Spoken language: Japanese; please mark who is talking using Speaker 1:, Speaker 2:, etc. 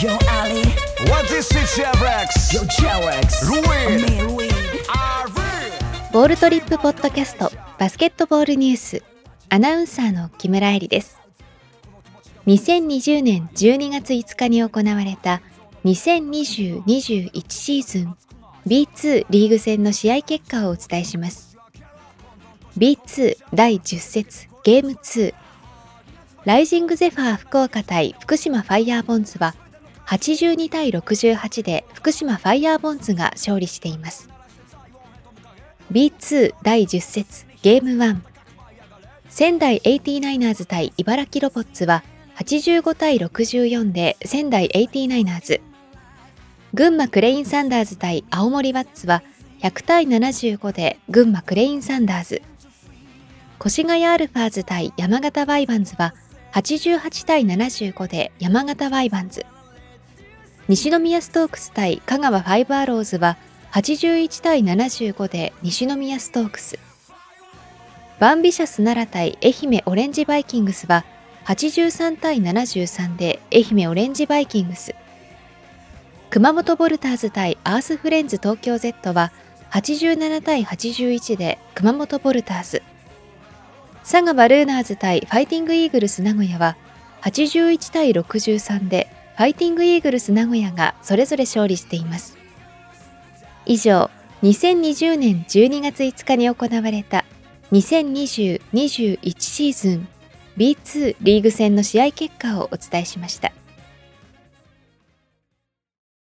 Speaker 1: Yo Ali
Speaker 2: What is it, J-Rex?
Speaker 1: Yo J-Rex
Speaker 2: Ruin
Speaker 1: Me Ruin
Speaker 3: ボールトリップポッドキャストバスケットボールニュース、アナウンサーの木村恵里です。2020年12月5日に行われた2020-21シーズン B2 リーグ戦の試合結果をお伝えします。 B2 第10節ゲーム2、ライジングゼファー福岡対福島ファイヤーボンズは82対68で福島ファイヤーボンズが勝利しています。B2 第10節ゲーム1、仙台 89ers 対茨城ロボッツは85対64で仙台 89ers、群馬クレインサンダーズ対青森ワッツは100対75で群馬クレインサンダーズ、越谷アルファーズ対山形ワイバンズは88対75で山形ワイバンズ、西宮ストークス対香川ファイブアローズは81対75で西宮ストークス、バンビシャス奈良対愛媛オレンジバイキングスは83対73で愛媛オレンジバイキングス、熊本ボルターズ対アースフレンズ東京 Z は87対81で熊本ボルターズ、佐賀バルーナーズ対ファイティングイーグルス名古屋は81対63でファイティングイーグルス名古屋がそれぞれ勝利しています。以上、2020年12月5日に行われた2020-21シーズン B2 リーグ戦の試合結果をお伝えしました。